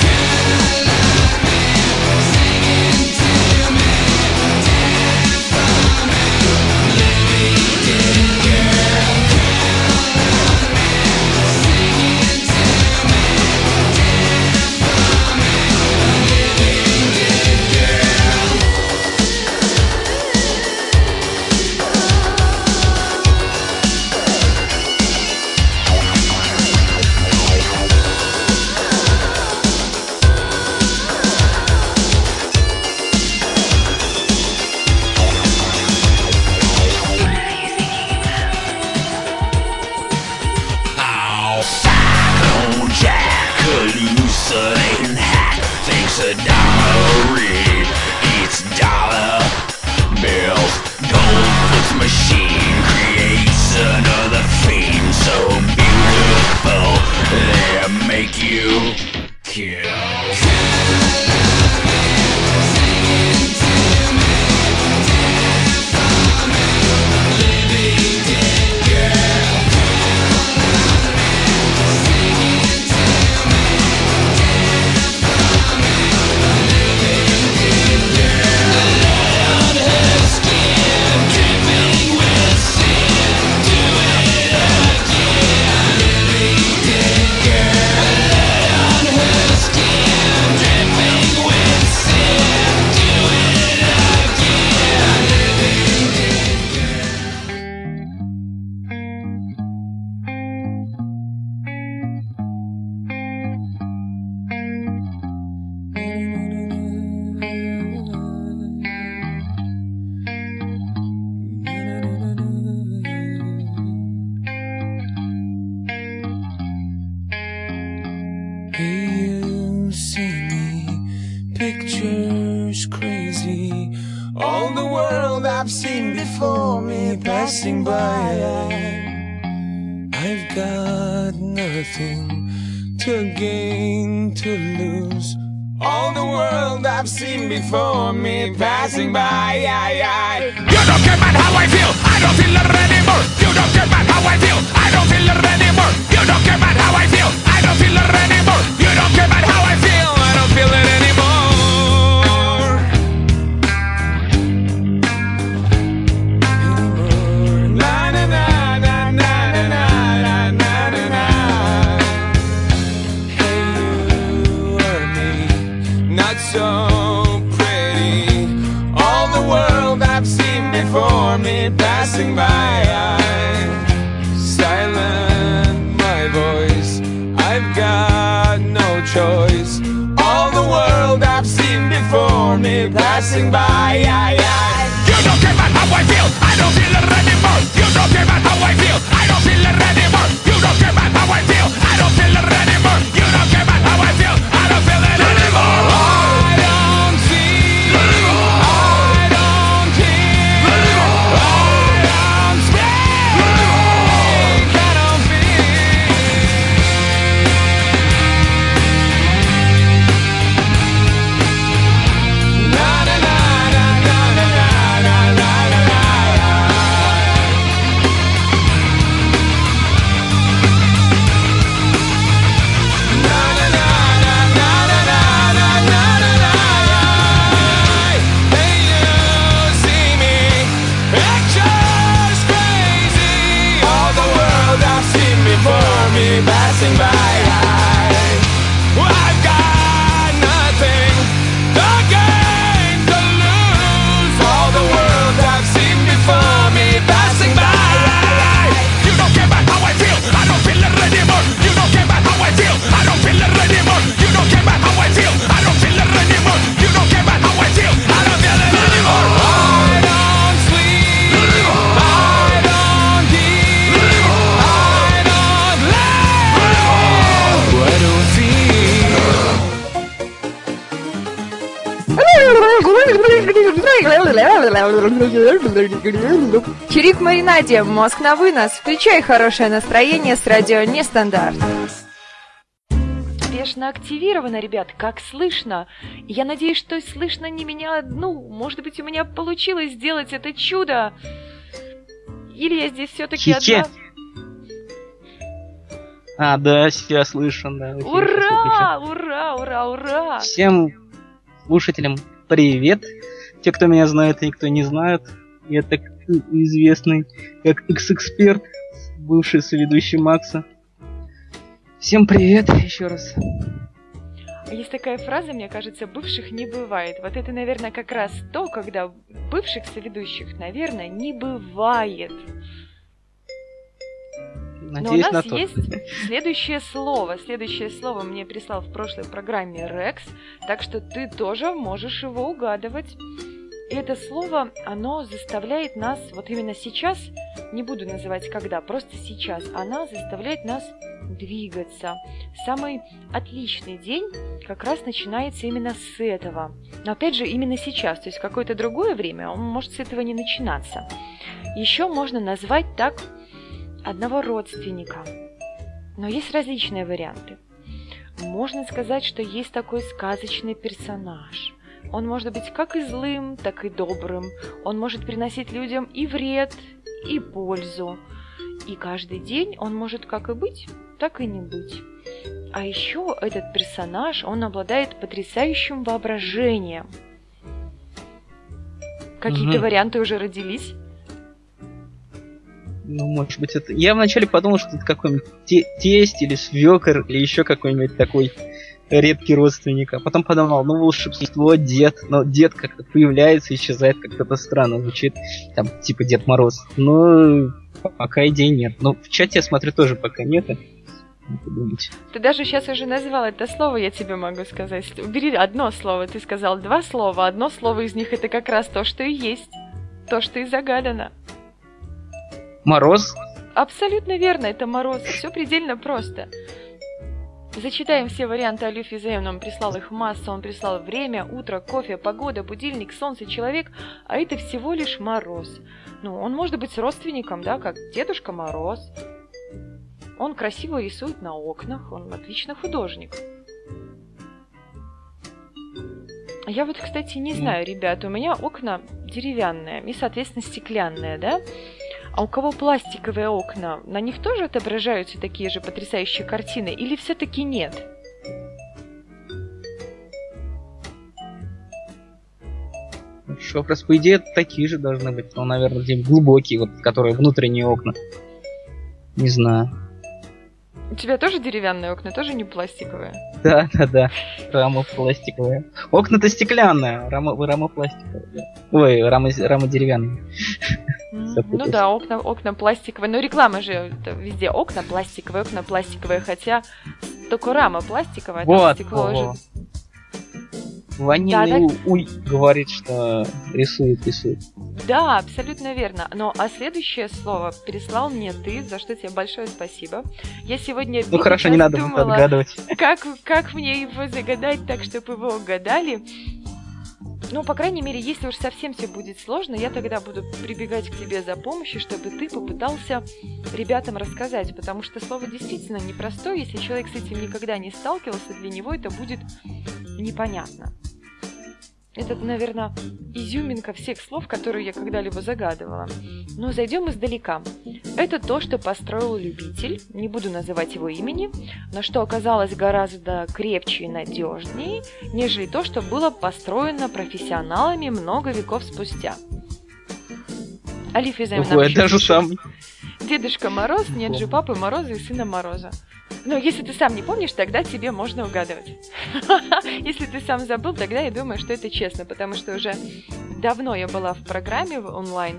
Hallucinating hack thinks a dollar read eats dollar bills. Goldfoot's machine creates another theme so beautiful they make you kill. Pictures crazy, all the world I've seen before me passing by. I've got nothing to gain, to lose. All the world I've seen before me passing by. You don't care about how I feel, I don't feel it anymore. You don't care about how I feel, I don't feel it anymore. You don't care about how I feel, I don't feel it anymore. You don't care about how I feel, I don't feel it anymore. So pretty, all the world I've seen before me passing by. Silent my voice, I've got no choice. All the world I've seen before me passing by. You don't care about how I feel, I don't feel it anymore. You don't care about how I feel, I don't feel it anymore. You don't care about how I feel, I don't feel it anymore. You don't care about how I feel, I don't feel it anymore. Na na na na na na na na na. Чирик Маринаде, мозг на вынос. Включай хорошее настроение с радио Нестандарт. Успешно активировано, ребят, как слышно. Я надеюсь, что слышно не меня одну. Может быть, у меня получилось сделать это чудо. Или я здесь все-таки одна? А, да, сейчас слышен, да. Ура! Ура, ура, ура! Всем слушателям привет. Те, кто меня знает и кто не знает. Я так известный, как X-эксперт, бывший соведущий Макса. Всем привет еще раз. Есть такая фраза, мне кажется, бывших не бывает. Вот это, наверное, как раз то, когда бывших соведущих, наверное, не бывает. Надеюсь, но у нас на есть то. следующее слово. Следующее слово мне прислал в прошлой программе Рекс, так что ты тоже можешь его угадывать. И это слово, оно заставляет нас, вот именно сейчас, не буду называть когда, просто сейчас, она заставляет нас двигаться. Самый отличный день как раз начинается именно с этого. Но опять же, именно сейчас, то есть в какое-то другое время, он может с этого не начинаться. Еще можно назвать так одного родственника. Но есть различные варианты. Можно сказать, что есть такой сказочный персонаж. Он может быть как и злым, так и добрым. Он может приносить людям и вред, и пользу. И каждый день он может как и быть, так и не быть. А еще этот персонаж, он обладает потрясающим воображением. Какие-то угу. варианты уже родились? Ну, может быть, это... Я вначале подумал, что это какой-нибудь те- тесть или свекор, или еще какой-нибудь такой редкий родственник. А потом подумал, ну, волшебство, дед. Но дед как-то появляется, исчезает, как-то странно звучит. Там, типа Дед Мороз. Но пока идей нет. Но в чате, я смотрю, тоже пока нет. Ты даже сейчас уже назвал это слово, я тебе могу сказать. Убери одно слово, ты сказал два слова. Одно слово из них это как раз то, что и есть. То, что и загадано. Мороз? Абсолютно верно, это Мороз. Все предельно просто. Зачитаем все варианты Алюфи взаимно. Он прислал их массу. Он прислал время, утро, кофе, погода, будильник, солнце, человек. А это всего лишь Мороз. Ну, он может быть родственником, да, как Дедушка Мороз. Он красиво рисует на окнах. Он отличный художник. Я вот, кстати, не знаю, ребята. У меня окна деревянные и, соответственно, стеклянные, да? А у кого пластиковые окна, на них тоже отображаются такие же потрясающие картины? Или все-таки нет? Хорошо, просто по идее такие же должны быть. Но, наверное, где-нибудь глубокие, вот, которые внутренние окна. Не знаю. У тебя тоже деревянные окна, тоже не пластиковые? Да, да, да. Рама пластиковая. Окна-то стеклянные, рама, рама пластиковая. Да. Ой, рама, рама деревянная. Ну да, окна, окна пластиковые. Но реклама же везде окна пластиковые, окна пластиковые, хотя только рама пластиковая, вот, там стекло вот. уже. Ванильный да, так... Уй говорит, что рисует, рисует. Да, абсолютно верно. Но а следующее слово прислал мне ты, за что тебе большое спасибо. Я сегодня ну хорошо, не надо думала, отгадывать. Как, как мне его загадать так, чтобы его угадали. Ну, по крайней мере, если уж совсем все будет сложно, я тогда буду прибегать к тебе за помощью, чтобы ты попытался ребятам рассказать, потому что слово действительно непростое, если человек с этим никогда не сталкивался, для него это будет непонятно. Это, наверное, изюминка всех слов, которые я когда-либо загадывала. Но зайдем издалека. Это то, что построил любитель, не буду называть его имени, но что оказалось гораздо крепче и надежнее, нежели то, что было построено профессионалами много веков спустя. Алиф Изаим нам еще даже пишет. Сам. Дедушка Мороз, нет же Папы Мороза и Сына Мороза. Но если ты сам не помнишь, тогда тебе можно угадывать. Если ты сам забыл, тогда я думаю, что это честно, потому что уже давно я была в программе онлайн.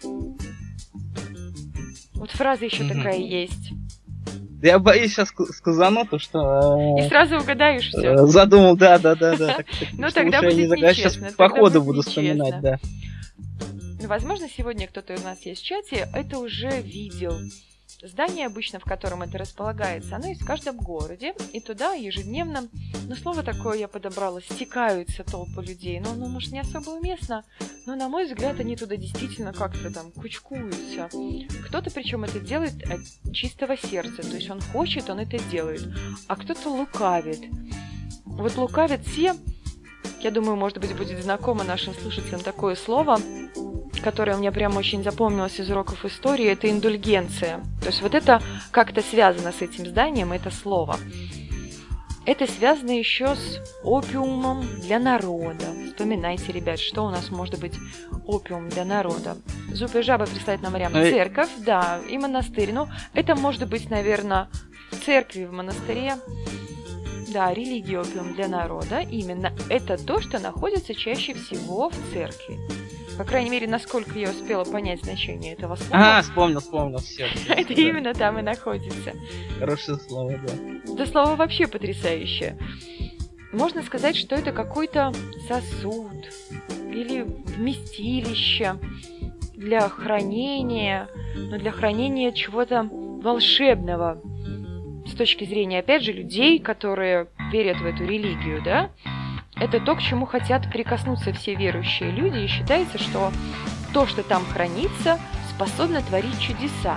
Вот фраза еще mm-hmm. такая есть. Я боюсь сейчас сказану то, что... И сразу угадаешь все. Задумал, да, да, да, да. Ну тогда будет нечестно. Сейчас по ходу буду вспоминать, да. Возможно, сегодня кто-то из нас есть в чате, это уже видел. Здание, обычно в котором это располагается, оно есть в каждом городе, и туда ежедневно, ну, слово такое я подобрала, стекаются толпы людей. Ну, оно, может, не особо уместно, но, на мой взгляд, они туда действительно как-то там кучкуются. Кто-то, причем, это делает от чистого сердца, то есть он хочет, он это делает, а кто-то лукавит. Вот лукавят те, я думаю, может быть, будет знакомо нашим слушателям такое слово, которое у меня прям очень запомнилось из уроков истории, это индульгенция. То есть вот это как-то связано с этим зданием, это слово. Это связано еще с опиумом для народа. Вспоминайте, ребят, что у нас может быть опиум для народа. Зуб и жаба присылает нам вариант. Церковь, да, и монастырь. Ну, это может быть, наверное, в церкви, в монастыре. Да, религия опиум для народа. Именно это то, что находится чаще всего в церкви. По крайней мере, насколько я успела понять значение этого слова. А, вспомнил, вспомнил, все. Это именно там и находится. Хорошее слово, да. Это слово вообще потрясающее. Можно сказать, что это какой-то сосуд или вместилище для хранения, но для хранения чего-то волшебного. С точки зрения, опять же, людей, которые верят в эту религию, да? Это то, к чему хотят прикоснуться все верующие люди, и считается, что то, что там хранится, способно творить чудеса.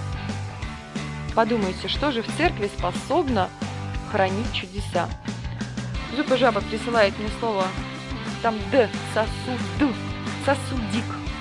Подумайте, что же в церкви способно хранить чудеса? Зуб и жаба присылает мне слово, там «д», сосуд, сосудик.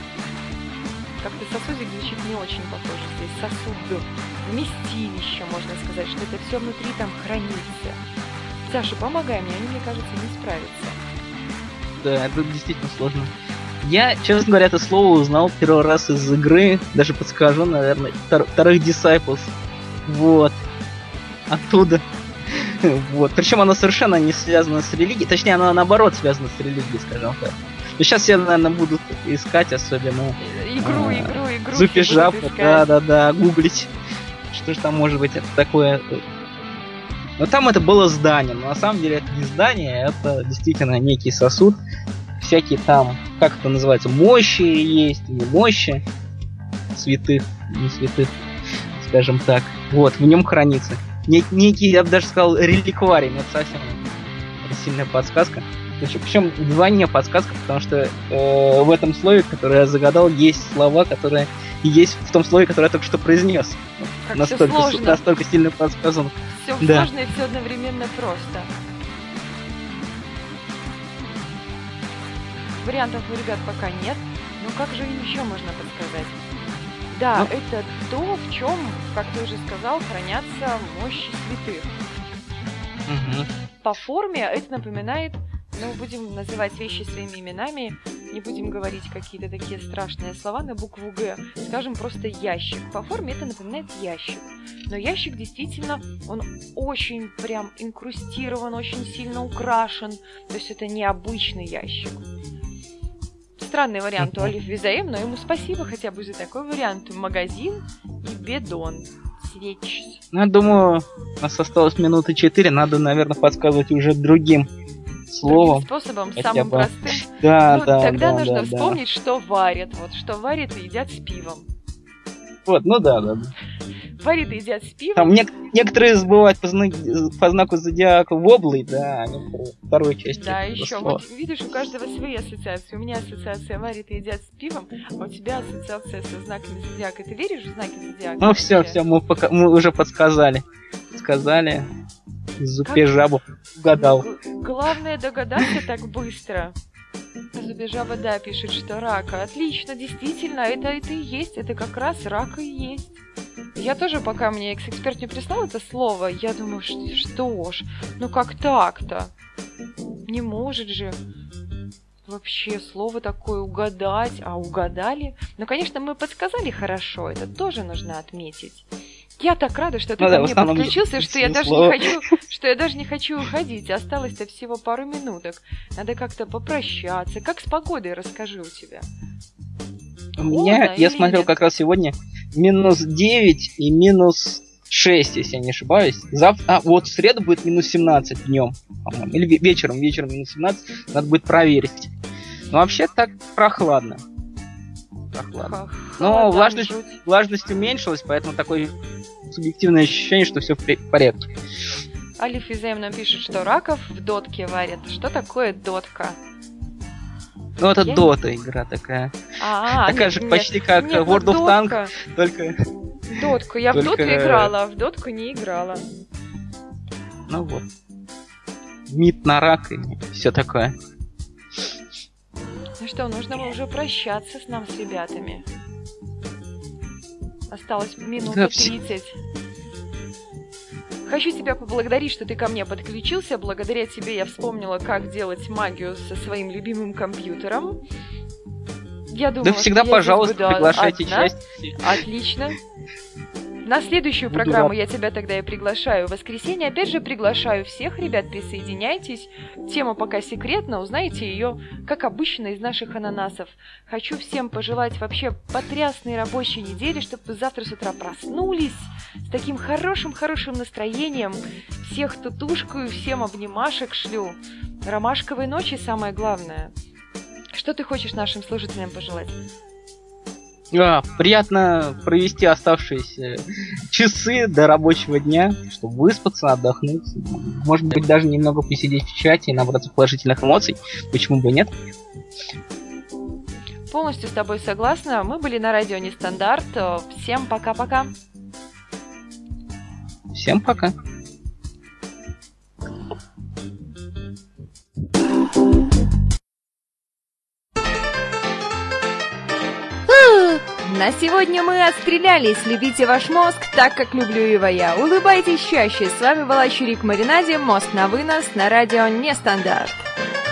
Как-то сосудик звучит не очень похоже здесь, сосуд, вместилище, можно сказать, что это все внутри там хранится. Саша, помогай мне, они, мне кажется, не справятся. Да, это действительно сложно. Я, честно говоря, это слово узнал первый раз из игры, даже подскажу, наверное, вторых Disciples. Вот. Оттуда. Вот. Причем оно совершенно не связано с религией, точнее, оно наоборот связано с религией, скажем так. Но сейчас все, наверное, будут искать, особенно... Игру, а, игру, игру. Зуб и жаба, да-да-да, гуглить. Что же там может быть это такое... Но там это было здание, но на самом деле это не здание, это действительно некий сосуд. Всякие там, как это называется, мощи есть, не мощи, святых, не святых, скажем так. Вот, в нем хранится. Нек- некий, я бы даже сказал, реликварий, но это совсем сильная подсказка. Причем вдвойне подсказка, потому что э, в этом слове, которое я загадал, есть слова, которые есть в том слове, которое я только что произнес. Как настолько, все сложно. настолько сильно подсказан. Все да. сложно и все одновременно просто. Вариантов у ребят пока нет, но как же им еще можно подсказать? Да, ну, это то, в чем, как ты уже сказал, хранятся мощи святых. Угу. По форме это напоминает, ну, будем называть вещи своими именами, не будем говорить какие-то такие страшные слова на букву «Г», скажем просто ящик. По форме это напоминает ящик. Но ящик действительно, он очень прям инкрустирован, очень сильно украшен. То есть это необычный ящик. Странный вариант у Алиф Визаем, но ему спасибо хотя бы за такой вариант. Магазин и бедон. Свеч. Ну, я думаю, у нас осталось минуты четыре, надо, наверное, подсказывать уже другим словом. Другим способом, хотя самым бы. простым. Да, ну, да, тогда да, нужно да, вспомнить, да. что варят. Вот, что варят и едят с пивом. Вот, ну да, да. Варят и едят с пивом. Там нек- некоторые забывают по, зна- по знаку зодиака воблы, да, а некоторые второй части. Да, еще. Вот видишь, у каждого свои ассоциации. У меня ассоциация варят и едят с пивом, а у тебя ассоциация со знаками зодиака. Ты веришь в знаки зодиака? Ну все, все, мы, пока, мы уже подсказали. Сказали. Зубе жабу угадал. Ну, главное догадаться так быстро. Зубе жаба, да, пишет, что рака. Отлично, действительно, это, это и есть. Это как раз рак и есть. Я тоже, пока мне экс-эксперт не прислал это слово, я думаю, что, что ж, ну как так-то? Не может же вообще слово такое угадать. А угадали? Ну, конечно, мы подсказали хорошо, это тоже нужно отметить. Я так рада, что ты ну, ко да, мне подключился, что я даже слово. не хочу, что я даже не хочу уходить. Осталось-то всего пару минуток. Надо как-то попрощаться. Как с погодой, расскажи у тебя. У меня, я смотрел нет? как раз сегодня, минус девять и минус шесть, если я не ошибаюсь. Завтра, а, вот в среду будет минус семнадцать днем, по-моему. Или вечером, вечером минус семнадцать. Надо будет проверить. Но вообще так прохладно. прохладно. Х- Но холода, влажность, жуть. влажность уменьшилась, поэтому такое субъективное ощущение, что все в при- порядке. Алиф Изаем нам пишет, что раков в дотке варят. Что такое дотка? Ну, это Я Дота игра такая. А, Такая нет, же нет, почти как нет, World ну, of дотка. Tanks, только... Дотку. Я в Только- дотку играла, а в дотку не играла. Ну вот. Мид на рак и все такое. Ну что, нужно уже прощаться с нам, с ребятами. Осталось минуты Да, все- тридцать. Хочу тебя поблагодарить, что ты ко мне подключился. Благодаря тебе я вспомнила, как делать магию со своим любимым компьютером. Я думала, Да всегда, что я пожалуйста, здесь буду приглашайте одна. часть. Отлично. На следующую Буду программу рад. я тебя тогда и приглашаю. В воскресенье опять же приглашаю всех ребят, присоединяйтесь. Тема пока секретна, узнаете ее, как обычно, из наших ананасов. Хочу всем пожелать вообще потрясной рабочей недели, чтобы вы завтра с утра проснулись с таким хорошим-хорошим настроением. Всех тутушкаю, всем обнимашек шлю. Ромашковой ночи самое главное. Что ты хочешь нашим слушателям пожелать? А, приятно провести оставшиеся часы до рабочего дня, чтобы выспаться, отдохнуть. Может быть, даже немного посидеть в чате и набраться положительных эмоций. Почему бы нет? Полностью с тобой согласна. Мы были на радио Нестандарт. Всем пока-пока. Всем пока. На сегодня мы отстрелялись. Любите ваш мозг так, как люблю его я. Улыбайтесь чаще. С вами была Чирик Маринаде. Мозг на вынос на радио Нестандарт.